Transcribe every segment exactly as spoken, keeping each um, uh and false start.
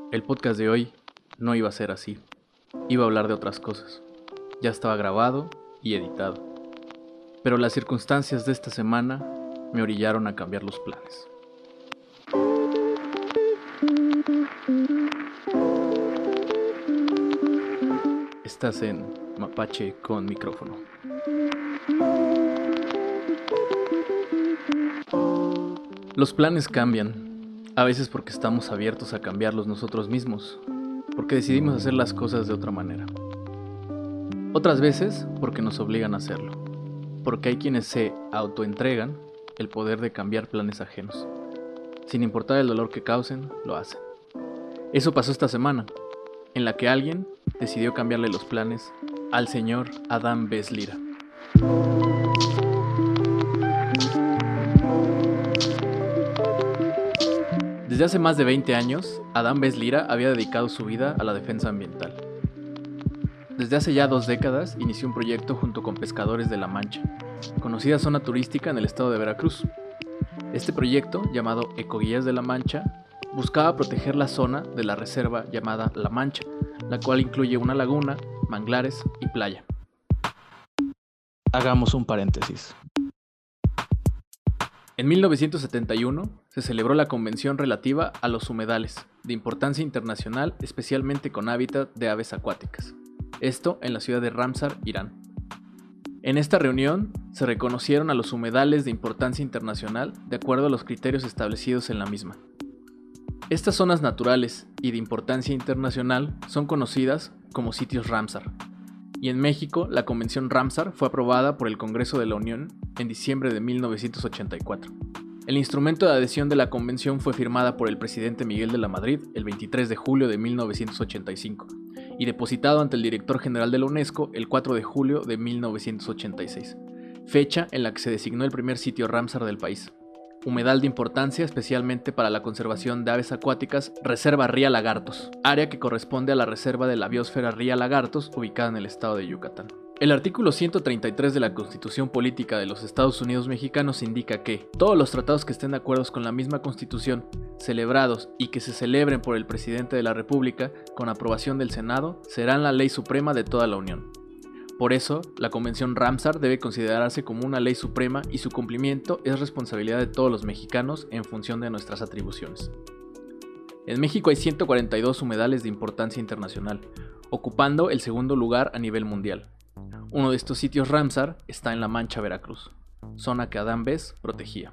El podcast de hoy no iba a ser así. Iba a hablar de otras cosas. Ya estaba grabado y editado. Pero las circunstancias de esta semana me orillaron a cambiar los planes. Estás en Mapache con micrófono. Los planes cambian, a veces porque estamos abiertos a cambiarlos nosotros mismos, porque decidimos hacer las cosas de otra manera. Otras veces porque nos obligan a hacerlo, porque hay quienes se autoentregan el poder de cambiar planes ajenos. Sin importar el dolor que causen, lo hacen. Eso pasó esta semana, en la que alguien decidió cambiarle los planes al señor Adán Bess Lira. Desde hace más de veinte años, Adán Bess Lira había dedicado su vida a la defensa ambiental. Desde hace ya dos décadas inició un proyecto junto con pescadores de La Mancha, conocida zona turística en el estado de Veracruz. Este proyecto, llamado Ecoguías de La Mancha, buscaba proteger la zona de la reserva llamada La Mancha, la cual incluye una laguna, manglares y playa. Hagamos un paréntesis. En mil novecientos setenta y uno se celebró la convención relativa a los humedales, de importancia internacional, especialmente con hábitat de aves acuáticas. Esto en la ciudad de Ramsar, Irán. En esta reunión se reconocieron a los humedales de importancia internacional de acuerdo a los criterios establecidos en la misma. Estas zonas naturales y de importancia internacional son conocidas como sitios Ramsar, y en México la Convención Ramsar fue aprobada por el Congreso de la Unión en diciembre de mil novecientos ochenta y cuatro. El instrumento de adhesión de la convención fue firmada por el presidente Miguel de la Madrid el veintitrés de julio de mil novecientos ochenta y cinco y depositado ante el director general de la UNESCO el cuatro de julio de mil novecientos ochenta y seis, fecha en la que se designó el primer sitio Ramsar del país. Humedal de importancia especialmente para la conservación de aves acuáticas, Reserva Ría Lagartos, área que corresponde a la Reserva de la Biosfera Ría Lagartos, ubicada en el estado de Yucatán. El artículo ciento treinta y tres de la Constitución Política de los Estados Unidos Mexicanos indica que todos los tratados que estén de acuerdo con la misma Constitución, celebrados y que se celebren por el Presidente de la República con aprobación del Senado, serán la ley suprema de toda la Unión. Por eso, la Convención Ramsar debe considerarse como una ley suprema y su cumplimiento es responsabilidad de todos los mexicanos en función de nuestras atribuciones. En México hay ciento cuarenta y dos humedales de importancia internacional, ocupando el segundo lugar a nivel mundial. Uno de estos sitios Ramsar está en La Mancha, Veracruz, zona que Adán Bess protegía.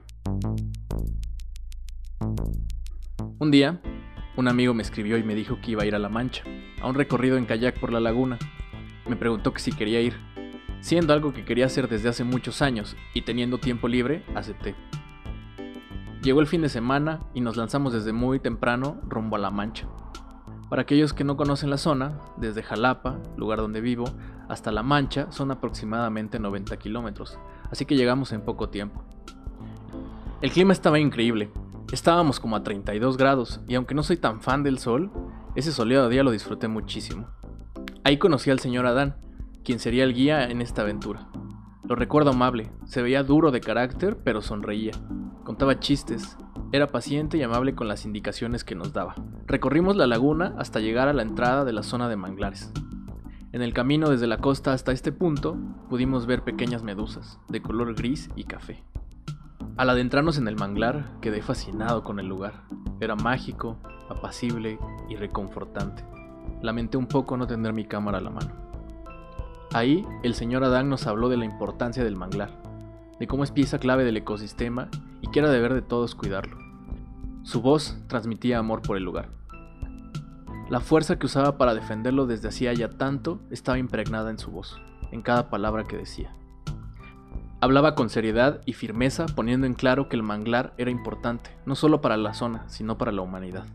Un día, un amigo me escribió y me dijo que iba a ir a La Mancha, a un recorrido en kayak por la laguna. Me preguntó que si quería ir. Siendo algo que quería hacer desde hace muchos años y teniendo tiempo libre, acepté. Llegó el fin de semana y nos lanzamos desde muy temprano rumbo a La Mancha. Para aquellos que no conocen la zona, desde Jalapa, lugar donde vivo, hasta La Mancha son aproximadamente noventa kilómetros, así que llegamos en poco tiempo. El clima estaba increíble, estábamos como a treinta y dos grados y aunque no soy tan fan del sol, ese soleado día lo disfruté muchísimo. Ahí conocí al señor Adán, quien sería el guía en esta aventura. Lo recuerdo amable, se veía duro de carácter, pero sonreía. Contaba chistes, era paciente y amable con las indicaciones que nos daba. Recorrimos la laguna hasta llegar a la entrada de la zona de manglares. En el camino desde la costa hasta este punto, pudimos ver pequeñas medusas, de color gris y café. Al adentrarnos en el manglar, quedé fascinado con el lugar. Era mágico, apacible y reconfortante. Lamenté un poco no tener mi cámara a la mano. Ahí, el señor Adán nos habló de la importancia del manglar, de cómo es pieza clave del ecosistema y que era deber de todos cuidarlo. Su voz transmitía amor por el lugar. La fuerza que usaba para defenderlo desde hacía ya tanto estaba impregnada en su voz, en cada palabra que decía. Hablaba con seriedad y firmeza, poniendo en claro que el manglar era importante, no solo para la zona, sino para la humanidad.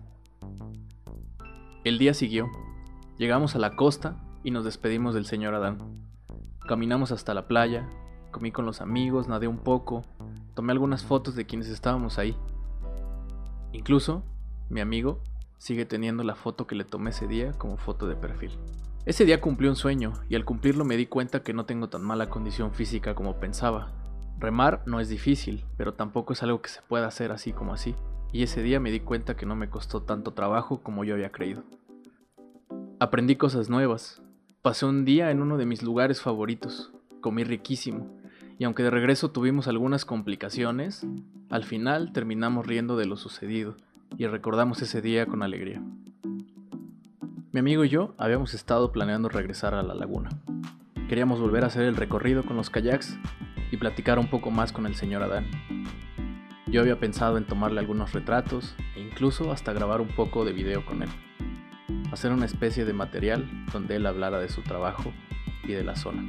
El día siguió. Llegamos a la costa y nos despedimos del señor Adán. Caminamos hasta la playa, comí con los amigos, nadé un poco, tomé algunas fotos de quienes estábamos ahí. Incluso, mi amigo sigue teniendo la foto que le tomé ese día como foto de perfil. Ese día cumplí un sueño y al cumplirlo me di cuenta que no tengo tan mala condición física como pensaba. Remar no es difícil, pero tampoco es algo que se pueda hacer así como así. y ese día me di cuenta que no me costó tanto trabajo como yo había creído. Aprendí cosas nuevas, pasé un día en uno de mis lugares favoritos, comí riquísimo, y aunque de regreso tuvimos algunas complicaciones, al final terminamos riendo de lo sucedido y recordamos ese día con alegría. Mi amigo y yo habíamos estado planeando regresar a la laguna. Queríamos volver a hacer el recorrido con los kayaks y platicar un poco más con el señor Adán. Yo había pensado en tomarle algunos retratos e incluso hasta grabar un poco de video con él. Hacer una especie de material donde él hablara de su trabajo y de la zona.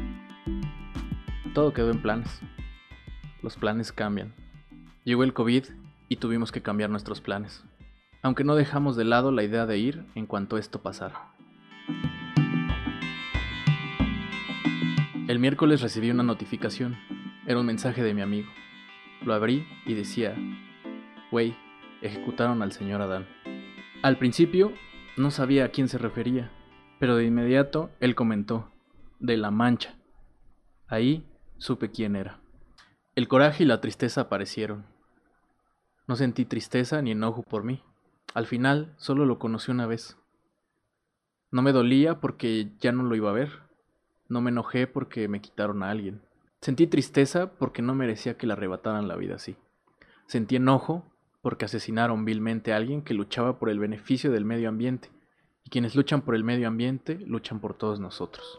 Todo quedó en planes. Los planes cambian. Llegó el COVID y tuvimos que cambiar nuestros planes, aunque no dejamos de lado la idea de ir en cuanto esto pasara. El miércoles recibí una notificación. Era un mensaje de mi amigo. Lo abrí y decía: "Güey, ejecutaron al señor Adán". Al principio no sabía a quién se refería, pero de inmediato él comentó: "De La Mancha". Ahí supe quién era. El coraje y la tristeza aparecieron. No sentí tristeza ni enojo por mí. Al final solo lo conocí una vez. No me dolía porque ya no lo iba a ver. No me enojé porque me quitaron a alguien. Sentí tristeza porque no merecía que le arrebataran la vida así. Sentí enojo porque asesinaron vilmente a alguien que luchaba por el beneficio del medio ambiente. Y quienes luchan por el medio ambiente luchan por todos nosotros.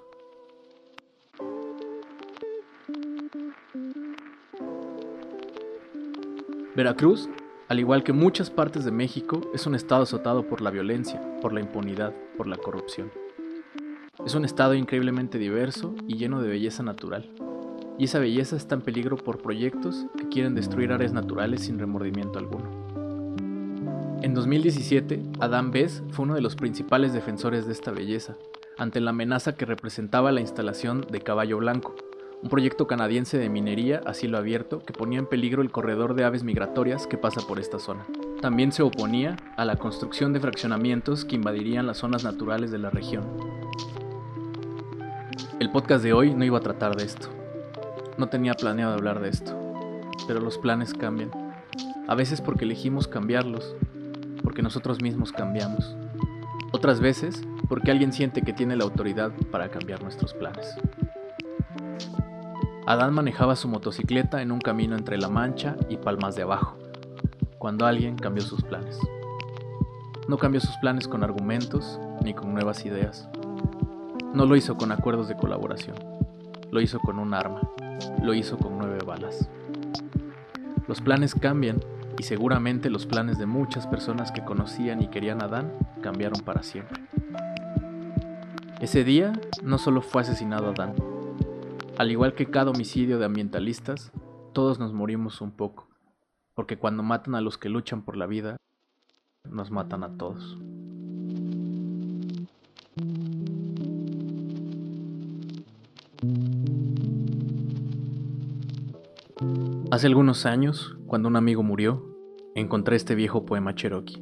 Veracruz, al igual que muchas partes de México, es un estado azotado por la violencia, por la impunidad, por la corrupción. Es un estado increíblemente diverso y lleno de belleza natural, y esa belleza está en peligro por proyectos que quieren destruir áreas naturales sin remordimiento alguno. En dos mil diecisiete, Adán Bess fue uno de los principales defensores de esta belleza, ante la amenaza que representaba la instalación de Caballo Blanco, un proyecto canadiense de minería a cielo abierto que ponía en peligro el corredor de aves migratorias que pasa por esta zona. También se oponía a la construcción de fraccionamientos que invadirían las zonas naturales de la región. El podcast de hoy no iba a tratar de esto. No tenía planeado hablar de esto, pero los planes cambian. A veces porque elegimos cambiarlos, porque nosotros mismos cambiamos. Otras veces porque alguien siente que tiene la autoridad para cambiar nuestros planes. Adán manejaba su motocicleta en un camino entre La Mancha y Palmas de Abajo, cuando alguien cambió sus planes. No cambió sus planes con argumentos ni con nuevas ideas. No lo hizo con acuerdos de colaboración. Lo hizo con un arma. Lo hizo con nueve balas. Los planes cambian y seguramente los planes de muchas personas que conocían y querían a Adán cambiaron para siempre. Ese día no solo fue asesinado Adán. Al igual que cada homicidio de ambientalistas, todos nos morimos un poco, porque cuando matan a los que luchan por la vida, nos matan a todos. Hace algunos años, cuando un amigo murió, encontré este viejo poema cherokee.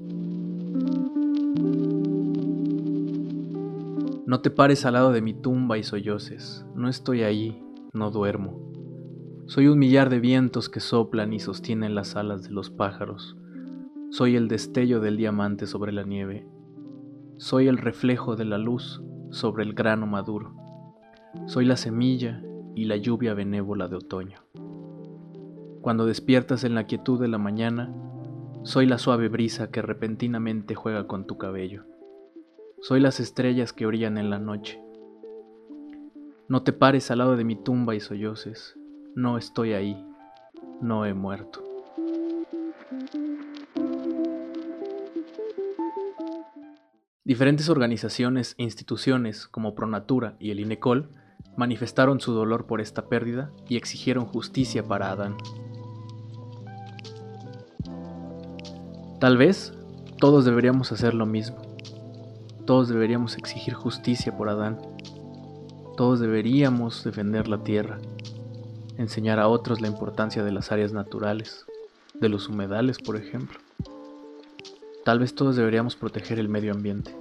No te pares al lado de mi tumba y solloces, no estoy ahí, no duermo. Soy un millar de vientos que soplan y sostienen las alas de los pájaros. Soy el destello del diamante sobre la nieve. Soy el reflejo de la luz sobre el grano maduro. Soy la semilla y la lluvia benévola de otoño. Cuando despiertas en la quietud de la mañana, soy la suave brisa que repentinamente juega con tu cabello. Soy las estrellas que brillan en la noche. No te pares al lado de mi tumba y solloces. No estoy ahí. No he muerto. Diferentes organizaciones e instituciones como Pronatura y el INECOL manifestaron su dolor por esta pérdida y exigieron justicia para Adán. Tal vez todos deberíamos hacer lo mismo. Todos deberíamos exigir justicia por Adán. Todos deberíamos defender la tierra, enseñar a otros la importancia de las áreas naturales, de los humedales, por ejemplo. Tal vez todos deberíamos proteger el medio ambiente.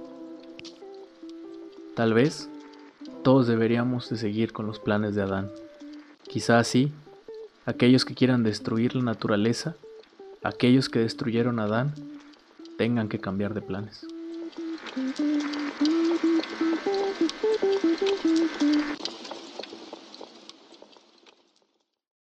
Tal vez todos deberíamos de seguir con los planes de Adán. Quizá así, aquellos que quieran destruir la naturaleza aquellos que destruyeron a Adán tengan que cambiar de planes.